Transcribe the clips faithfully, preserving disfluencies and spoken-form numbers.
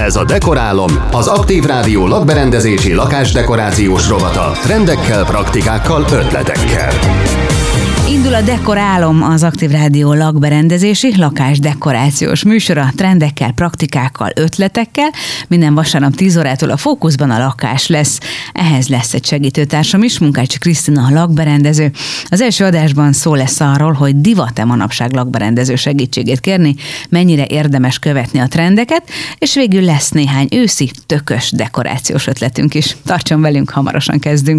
Ez a Dekorálom, az Aktív Rádió lakberendezési, lakásdekorációs rovata. Trendekkel, praktikákkal, ötletekkel. Indul a Dekorálom, az Aktív Rádió lakberendezési, lakásdekorációs műsora, trendekkel, praktikákkal, ötletekkel. Minden vasárnap tíz órától a fókuszban a lakás lesz. Ehhez lesz egy segítőtársam is, Munkácsi Krisztina, a lakberendező. Az első adásban szó lesz arról, hogy divat-e manapság lakberendező segítségét kérni, mennyire érdemes követni a trendeket, és végül lesz néhány őszi, tökös dekorációs ötletünk is. Tartson velünk, hamarosan kezdünk.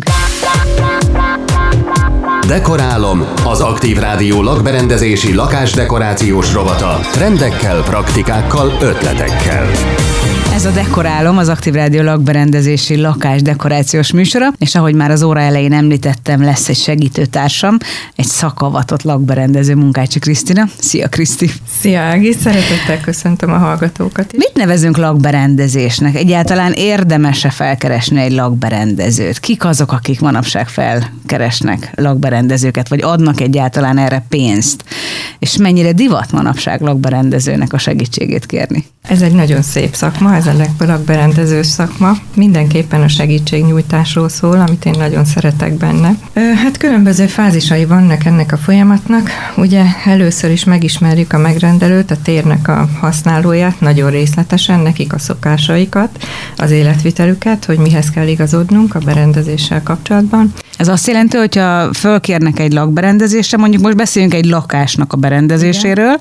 Dekorálom, az Aktív Rádió lakberendezési, lakásdekorációs rovata. Trendekkel, praktikákkal, ötletekkel. Ez a Dekorálom, az Aktív Rádió lakberendezési, lakásdekorációs műsora, és ahogy már az óra elején említettem, lesz egy segítőtársam, egy szakavatott lakberendező, Munkácsi Krisztina. Szia, Kriszti! Szia, Ági! Szeretettel köszöntöm a hallgatókat is. Mit nevezünk lakberendezésnek? Egyáltalán érdemes-e felkeresni egy lakberendezőt? Kik azok, akik manapság felkeresnek lakberendezőket, vagy adnak egyáltalán erre pénzt? És mennyire divat manapság lakberendezőnek a segítségét kérni? Ez egy nagyon szép szakma, ez a lakberendező szakma. Mindenképpen a segítségnyújtásról szól, amit én nagyon szeretek benne. Hát különböző fázisai vannak ennek a folyamatnak. Ugye először is megismerjük a megrendelőt, a térnek a használóját, nagyon részletesen, nekik a szokásaikat, az életvitelüket, hogy mihez kell igazodnunk a berendezéssel kapcsolatban. Ez azt jelenti, hogyha fölkérnek egy lakberendezésre, mondjuk most beszéljünk egy lakásnak a berendezéséről, igen,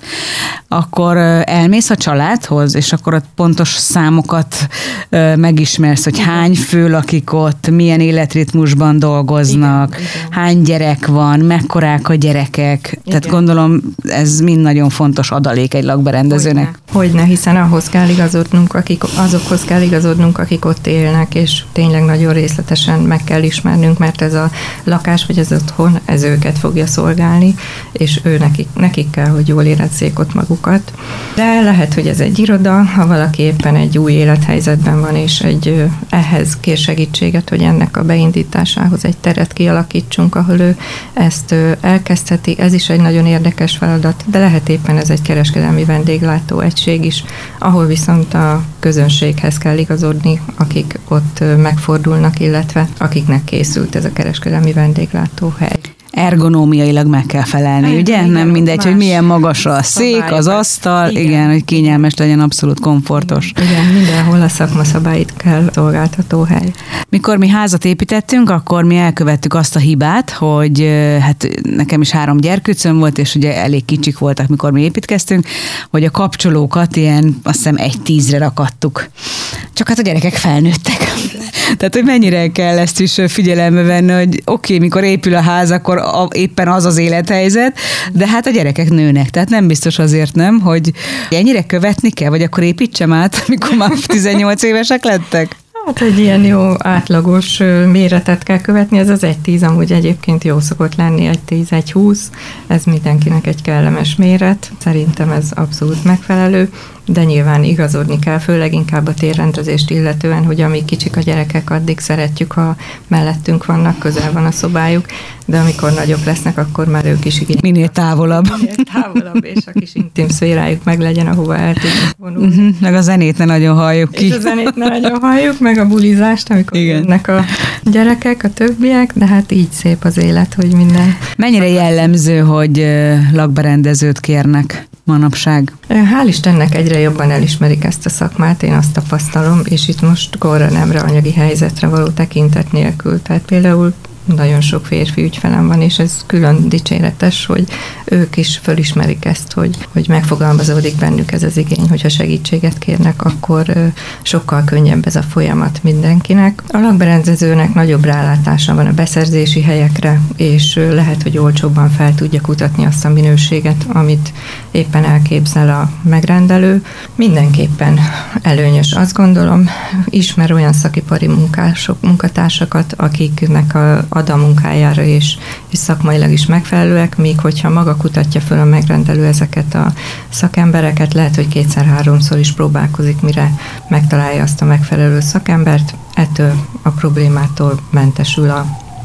akkor elmész a családhoz, és akkor ott pontos számokat megismersz, hogy hány fő lakik ott, milyen életritmusban dolgoznak, igen, igen. Hány gyerek van, mekkorák a gyerekek. Igen. Tehát gondolom, ez mind nagyon fontos adalék egy lakberendezőnek. Hogyne, Hogyne hiszen ahhoz kell igazodnunk, akik, azokhoz kell igazodnunk, akik ott élnek, és tényleg nagyon részletesen meg kell ismernünk, mert ez a lakás, vagy az otthon, ez őket fogja szolgálni, és ő nekik, nekik kell, hogy jól érezzék ott magukat. De lehet, hogy ez egy iroda, ha valaki éppen egy új élethelyzetben van, és egy ehhez kér segítséget, hogy ennek a beindításához egy teret kialakítsunk, ahol ő ezt elkezdheti. Ez is egy nagyon érdekes feladat, de lehet éppen ez egy kereskedelmi vendéglátó egység is, ahol viszont a közönséghez kell igazodni, akik ott megfordulnak, illetve akiknek készült ez a kereskedelmi vendéglátóhely. Ergonómiailag meg kell felelni, igen, ugye? Igen, nem mindegy, hogy milyen magasra a szék, az asztal, igen, igen, hogy kényelmes legyen, abszolút komfortos. Igen, igen, mindenhol a szakmaszabályt kell szolgáltató hely. Mikor mi házat építettünk, akkor mi elkövettük azt a hibát, hogy hát nekem is három gyerkőcöm volt, és ugye elég kicsik voltak, mikor mi építkeztünk, hogy a kapcsolókat ilyen, azt hiszem, egy tízre rakattuk. Csak hát a gyerekek felnőttek. Tehát, hogy mennyire kell ezt is figyelembe venni, hogy oké, okay, mikor épül a ház, akkor a, éppen az az élethelyzet, de hát a gyerekek nőnek, tehát nem biztos azért nem, hogy ennyire követni kell, vagy akkor építsem át, mikor már tizennyolc évesek lettek? Hát egy ilyen jó átlagos méretet kell követni, ez az egy tíz amúgy egyébként jó szokott lenni, egy tíz, egy húsz, ez mindenkinek egy kellemes méret, szerintem ez abszolút megfelelő, de nyilván igazodni kell, főleg inkább a térrendezést illetően, hogy amíg kicsik a gyerekek, addig szeretjük, ha mellettünk vannak, közel van a szobájuk, de amikor nagyobb lesznek, akkor már ők is igénylik. Minél távolabb. Minél távolabb, és a kis intim szférájuk meg legyen, ahova el tudnak vonulni. Uh-huh, meg a zenét ne nagyon halljuk ki. És a zenét ne nagyon halljuk, meg a bulizást, amikor igen. jönnek a gyerekek, a többiek, de hát így szép az élet, hogy minden. Mennyire jellemző, hogy lakberendezőt kérnek manapság? Hál' Istennek egyre jobban elismerik ezt a szakmát, én azt tapasztalom, és itt most korra nemre, anyagi helyzetre való tekintet nélkül. Tehát például nagyon sok férfi ügyfelem van, és ez külön dicséretes, hogy ők is fölismerik ezt, hogy, hogy megfogalmazódik bennük ez az igény, hogyha segítséget kérnek, akkor sokkal könnyebb ez a folyamat mindenkinek. A lakberendezőnek nagyobb rálátása van a beszerzési helyekre, és lehet, hogy olcsóbban fel tudja kutatni azt a minőséget, amit éppen elképzel a megrendelő. Mindenképpen előnyös, azt gondolom. Ismer olyan szakipari munkások, munkatársakat, akiknek a ad a munkájára, és, és szakmailag is megfelelőek, míg hogyha maga kutatja föl a megrendelő ezeket a szakembereket, lehet, hogy kétszer-háromszor is próbálkozik, mire megtalálja azt a megfelelő szakembert. Ettől a problémától mentesül a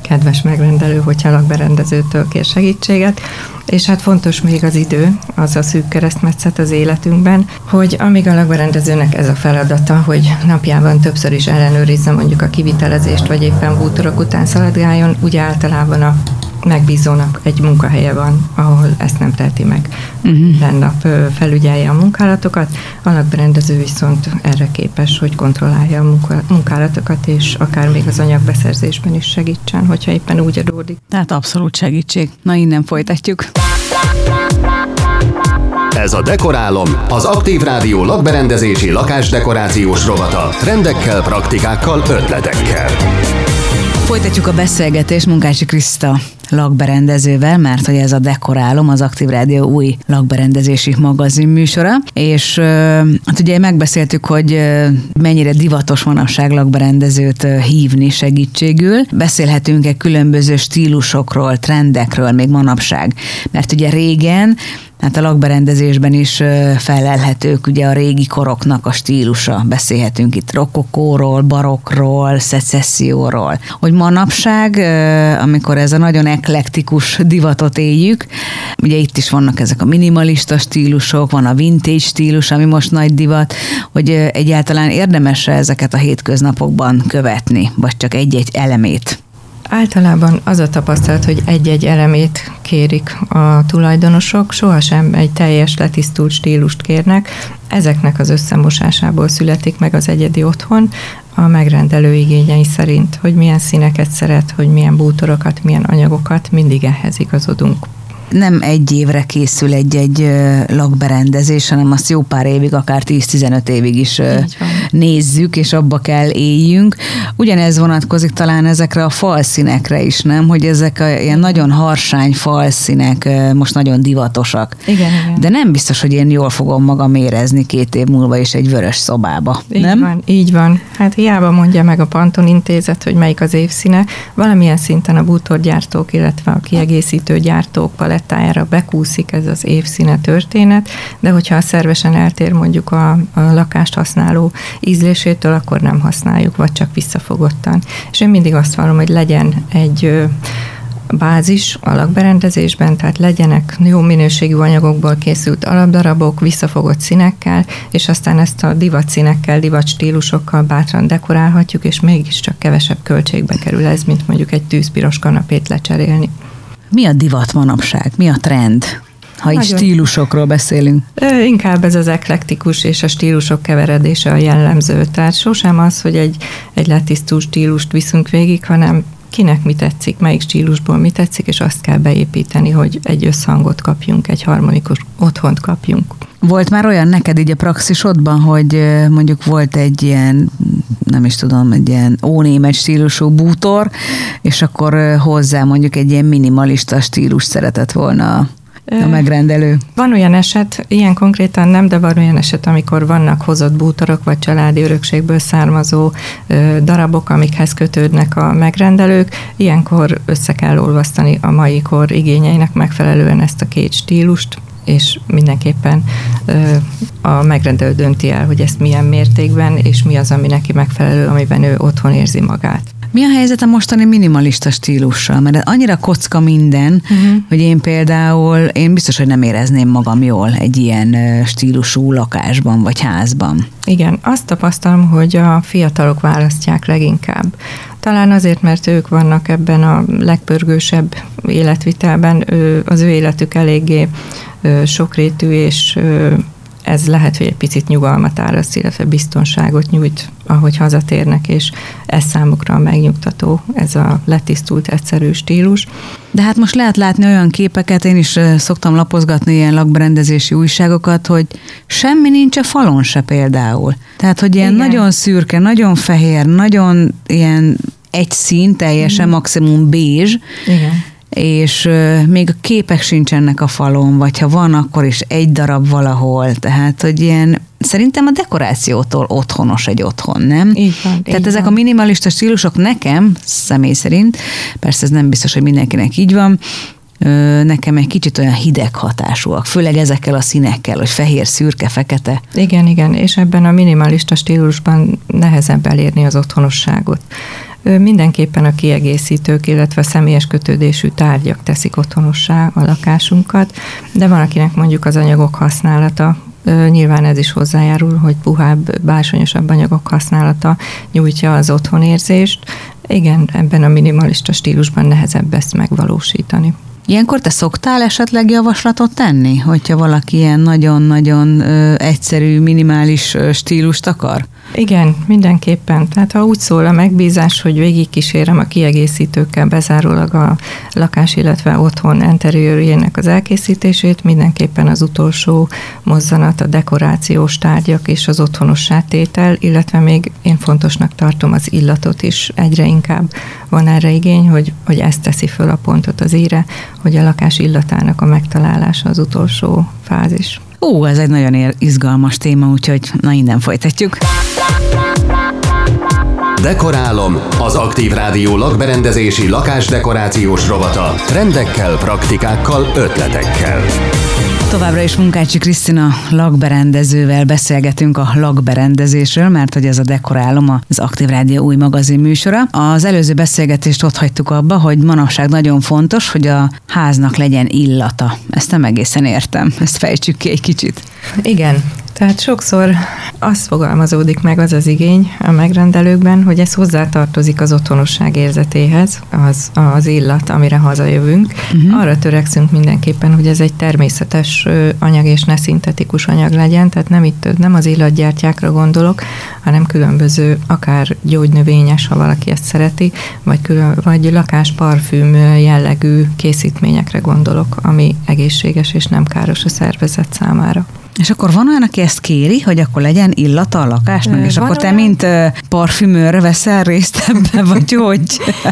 kedves megrendelő, hogyha lakberendezőtől kér segítséget. És hát fontos még az idő, az a szűk keresztmetszet az életünkben, hogy amíg a lakberendezőnek ez a feladata, hogy napjában többször is ellenőrizze mondjuk a kivitelezést, vagy éppen bútorok után szaladgáljon, ugye általában a megbízónak egy munkahelye van, ahol ezt nem teheti meg. Uh-huh. Minden nap felügyelje a munkálatokat, a lakberendező viszont erre képes, hogy kontrollálja a munkálatokat, és akár még az anyagbeszerzésben is segítsen, hogyha éppen úgy adódik. Tehát abszolút segítség. Na, innen folytatjuk. Ez a Dekorálom, az Aktív Rádió lakberendezési lakásdekorációs rovata. Trendekkel, praktikákkal, ötletekkel. Folytatjuk a beszélgetést Munkácsi Kriszta lakberendezővel, mert hogy ez a Dekorálom, az Aktív Rádió új lakberendezési magazin műsora, és hát ugye megbeszéltük, hogy mennyire divatos manapság lakberendezőt hívni segítségül. Beszélhetünk-e különböző stílusokról, trendekről még manapság, mert ugye régen hát a lakberendezésben is felelhetők ugye a régi koroknak a stílusa. Beszélhetünk itt rokokóról, barokról, szecesszióról. Hogy manapság, amikor ez a nagyon eklektikus divatot éljük, ugye itt is vannak ezek a minimalista stílusok, van a vintage stílus, ami most nagy divat, hogy egyáltalán érdemes-e ezeket a hétköznapokban követni, vagy csak egy-egy elemét? Általában az a tapasztalat, hogy egy-egy elemét kérik a tulajdonosok, sohasem egy teljes letisztult stílust kérnek. Ezeknek az összemosásából születik meg az egyedi otthon a megrendelő igényei szerint, hogy milyen színeket szeret, hogy milyen bútorokat, milyen anyagokat, mindig ehhez igazodunk. Nem egy évre készül egy-egy lakberendezés, hanem azt jó pár évig, akár tíz-tizenöt évig is nézzük, és abba kell éljünk. Ugyanez vonatkozik talán ezekre a falszínekre is, nem? Hogy ezek a ilyen nagyon harsány falszínek most nagyon divatosak. Igen, igen. De nem biztos, hogy én jól fogom magam érezni két év múlva is egy vörös szobába. Így nem? van, így van. Hát hiába mondja meg a Pantone Intézet, hogy melyik az évszíne, valamilyen szinten a bútorgyártók, illetve a kiegészítő gyártók palettájára bekúszik ez az évszíne történet, de hogyha szervesen eltér mondjuk a, a lakást használó ízlésétől, akkor nem használjuk, vagy csak visszafogottan. És én mindig azt vallom, hogy legyen egy bázis a lakberendezésben, tehát legyenek jó minőségű anyagokból készült alapdarabok, visszafogott színekkel, és aztán ezt a divat színekkel, divat stílusokkal bátran dekorálhatjuk, és mégiscsak kevesebb költségbe kerül ez, mint mondjuk egy tűzpiros kanapét lecserélni. Mi a divat manapság? Mi a trend? Ha így stílusokról beszélünk. Inkább ez az eklektikus és a stílusok keveredése a jellemző. Tehát sosem az, hogy egy, egy letisztult stílust viszünk végig, hanem kinek mi tetszik, melyik stílusból mi tetszik, és azt kell beépíteni, hogy egy összhangot kapjunk, egy harmonikus otthont kapjunk. Volt már olyan neked így a praxisodban, hogy mondjuk volt egy ilyen, nem is tudom, egy ilyen ónémet stílusú bútor, és akkor hozzá mondjuk egy ilyen minimalista stílus szeretett volna a megrendelő? Van olyan eset, ilyen konkrétan nem, de van olyan eset, amikor vannak hozott bútorok, vagy családi örökségből származó darabok, amikhez kötődnek a megrendelők. Ilyenkor össze kell olvasztani a mai kor igényeinek megfelelően ezt a két stílust, és mindenképpen a megrendelő dönti el, hogy ezt milyen mértékben, és mi az, ami neki megfelelő, amiben ő otthon érzi magát. Mi a helyzet a mostani minimalista stílussal? Mert annyira kocka minden, uh-huh. hogy én például, én biztos, hogy nem érezném magam jól egy ilyen stílusú lakásban vagy házban. Igen, azt tapasztalom, hogy a fiatalok választják leginkább. Talán azért, mert ők vannak ebben a legpörgősebb életvitelben, az ő életük eléggé sokrétű, és ez lehet, hogy egy picit nyugalmat áraszt, illetve biztonságot nyújt, ahogy hazatérnek, és ez számukra megnyugtató, ez a letisztult, egyszerű stílus. De hát most lehet látni olyan képeket, én is szoktam lapozgatni ilyen lakberendezési újságokat, hogy semmi nincs a falon se például. Tehát, hogy ilyen Igen. nagyon szürke, nagyon fehér, nagyon ilyen egy szín, teljesen mm. maximum bézs. Igen. És euh, még a képek sincsenek a falon, vagy ha van, akkor is egy darab valahol. Tehát, hogy ilyen, szerintem a dekorációtól otthonos egy otthon, nem? Így van. Tehát így ezek van. a minimalista stílusok nekem, személy szerint, persze ez nem biztos, hogy mindenkinek így van, nekem egy kicsit olyan hideg hatásúak, főleg ezekkel a színekkel, hogy fehér, szürke, fekete. Igen, igen, és ebben a minimalista stílusban nehezebb elérni az otthonosságot. Mindenképpen a kiegészítők, illetve a személyes kötődésű tárgyak teszik otthonossá a lakásunkat, de van, akinek mondjuk az anyagok használata, nyilván ez is hozzájárul, hogy puhább, bársonyosabb anyagok használata nyújtja az otthonérzést. Igen, ebben a minimalista stílusban nehezebb ezt megvalósítani. Ilyenkor te szoktál esetleg javaslatot tenni, hogyha valaki ilyen nagyon-nagyon ö, egyszerű, minimális ö, stílust akar? Igen, mindenképpen. Tehát ha úgy szól a megbízás, hogy végigkísérem a kiegészítőkkel bezárólag a lakás, illetve otthon enteriőrjének az elkészítését, mindenképpen az utolsó mozzanat, a dekorációs tárgyak és az otthonossá tétel, illetve még én fontosnak tartom az illatot is. Egyre inkább van erre igény, hogy, hogy ezt teszi föl a pontot az íre, hogy a lakás illatának a megtalálása az utolsó fázis. Ó, ez egy nagyon izgalmas téma, úgyhogy na innen folytatjuk. Dekorálom, az Aktív Rádió lakberendezési lakásdekorációs rovata. Trendekkel, praktikákkal, ötletekkel. Továbbra is Munkácsi Krisztina lakberendezővel beszélgetünk a lakberendezésről, mert hogy ez a Dekorálom az Aktív Rádió új magazin műsora. Az előző beszélgetést ott hagytuk abba, hogy manapság nagyon fontos, hogy a háznak legyen illata. Ezt nem egészen értem. Ezt fejtsük ki egy kicsit. Igen. Tehát sokszor azt fogalmazódik meg az az igény a megrendelőkben, hogy ez hozzátartozik az otthonosság érzetéhez, az, az illat, amire hazajövünk. Uh-huh. Arra törekszünk mindenképpen, hogy ez egy természetes anyag és ne szintetikus anyag legyen, tehát nem itt nem az illatgyártyákra gondolok, hanem különböző, akár gyógynövényes, ha valaki ezt szereti, vagy, külön, vagy lakásparfüm jellegű készítményekre gondolok, ami egészséges és nem káros a szervezet számára. És akkor van olyan, aki ezt kéri, hogy akkor legyen illata a lakásnak, és van akkor te, olyan? Mint parfümőr veszel részt ebben, vagy hogy?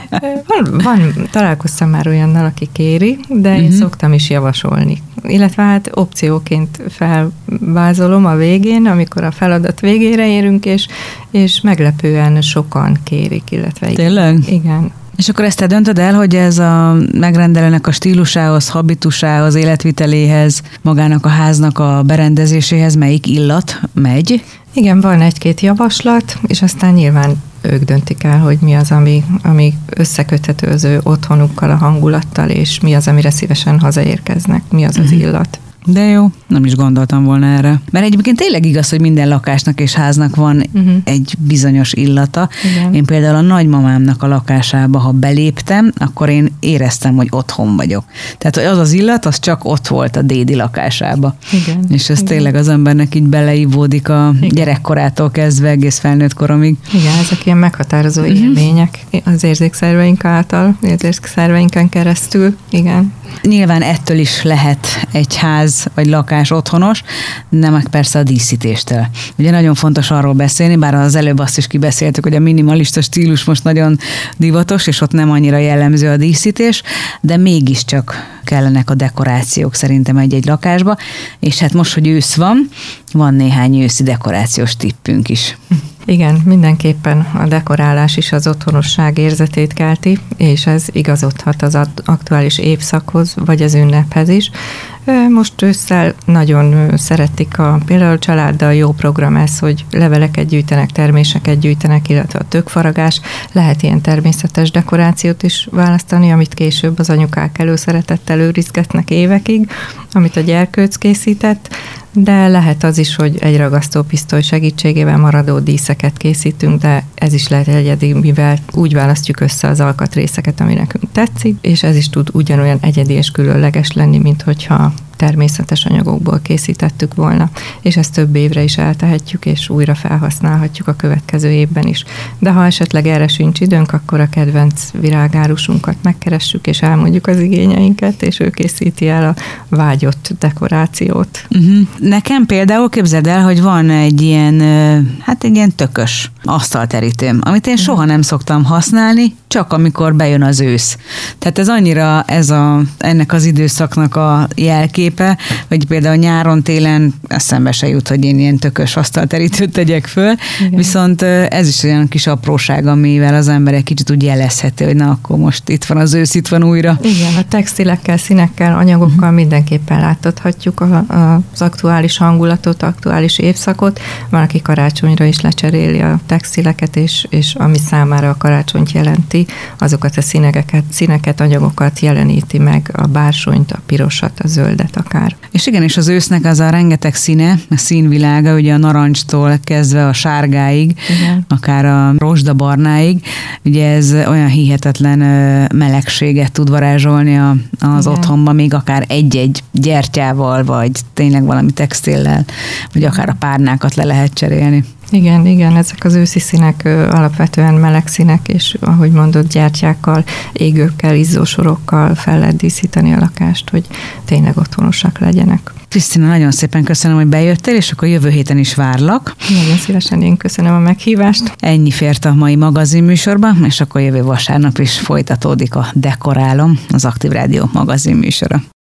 Van, van, találkoztam már olyannal, aki kéri, de én uh-huh. szoktam is javasolni. Illetve hát opcióként felvázolom a végén, amikor a feladat végére érünk, és, és meglepően sokan kérik, illetve Tényleg? Igen. És akkor ezt te döntöd el, hogy ez a megrendelőnek a stílusához, habitusához, életviteléhez, magának a háznak a berendezéséhez melyik illat megy? Igen, van egy-két javaslat, és aztán nyilván ők döntik el, hogy mi az, ami, ami összeköthető az ő otthonukkal, a hangulattal, és mi az, amire szívesen hazaérkeznek, mi az az illat. De jó, nem is gondoltam volna erre. Mert egyébként tényleg igaz, hogy minden lakásnak és háznak van uh-huh. egy bizonyos illata. Igen. Én például a nagymamámnak a lakásába, ha beléptem, akkor én éreztem, hogy otthon vagyok. Tehát hogy az az illat, az csak ott volt a dédi lakásába. Igen. És ez Igen. tényleg az embernek így beleívódik a Igen. gyerekkorától kezdve egész felnőtt koromig. Igen, ezek ilyen meghatározó uh-huh. élmények az érzékszerveink által, érzékszerveinken keresztül. Igen. Nyilván ettől is lehet egy ház vagy lakás otthonos, de meg persze a díszítéstől. Ugye nagyon fontos arról beszélni, bár az előbb azt is kibeszéltük, hogy a minimalista stílus most nagyon divatos, és ott nem annyira jellemző a díszítés, de mégiscsak kellenek a dekorációk szerintem egy-egy lakásba, és hát most, hogy ősz van, van néhány őszi dekorációs tippünk is. Igen, mindenképpen a dekorálás is az otthonosság érzetét kelti, és ez igazodhat az aktuális évszakhoz, vagy az ünnephez is. Most ősszel nagyon szeretik a, például a családdal jó program ez, hogy leveleket gyűjtenek, terméseket gyűjtenek, illetve a tökfaragás. Lehet ilyen természetes dekorációt is választani, amit később az anyukák előszeretettel őrizgetnek évekig, amit a gyerkőc készített, de lehet az is, hogy egy ragasztópisztoly segítségével maradó díszeket készítünk, de ez is lehet egyedi, mivel úgy választjuk össze az alkatrészeket, ami nekünk tetszik, és ez is tud ugyanolyan egyedi és különleges lenni, mint hogyha természetes anyagokból készítettük volna, és ezt több évre is eltehetjük, és újra felhasználhatjuk a következő évben is. De ha esetleg erre sincs időnk, akkor a kedvenc virágárusunkat megkeressük, és elmondjuk az igényeinket, és ő készíti el a vágyott dekorációt. Uh-huh. Nekem például képzeld el, hogy van egy ilyen, hát egy ilyen tökös asztalterítőm, amit én soha nem szoktam használni, csak amikor bejön az ősz. Tehát ez annyira ez a, ennek az időszaknak a jelképe, hogy például nyáron, télen eszembe se jut, hogy én ilyen tökös asztalterítőt tegyek föl, igen. Viszont ez is olyan kis apróság, amivel az ember egy kicsit úgy jelezheti, hogy na, akkor most itt van az ősz, itt van újra. Igen, a textilekkel, színekkel, anyagokkal uh-huh. mindenképpen láthatjuk a, a, az aktuális hangulatot, aktuális évszakot. Van, aki karácsonyra is lecseréli a textileket, és, és ami számára a karácsonyt jelenti, azokat a színeket, színeket, anyagokat jeleníti meg, a bársonyt, a pirosat, a zöldet akár. És igen, és az ősznek az a rengeteg színe, a színvilága, ugye a narancstól kezdve a sárgáig, igen. akár a rozsdabarnáig, ugye ez olyan hihetetlen melegséget tud varázsolni a, az igen. otthonban, még akár egy-egy gyertyával, vagy tényleg valami textillel, vagy akár a párnákat le lehet cserélni. Igen, igen, ezek az őszi színek alapvetően meleg színek, és ahogy mondott, gyertyákkal, égőkkel, izzósorokkal fel lehet díszíteni a lakást, hogy tényleg otthonosak legyenek. Krisztina, nagyon szépen köszönöm, hogy bejöttél, és akkor jövő héten is várlak. Nagyon szívesen én köszönöm a meghívást. Ennyi fért a mai magazinműsorba, és akkor jövő vasárnap is folytatódik a Dekorálom, az Aktív Rádió magazinműsora.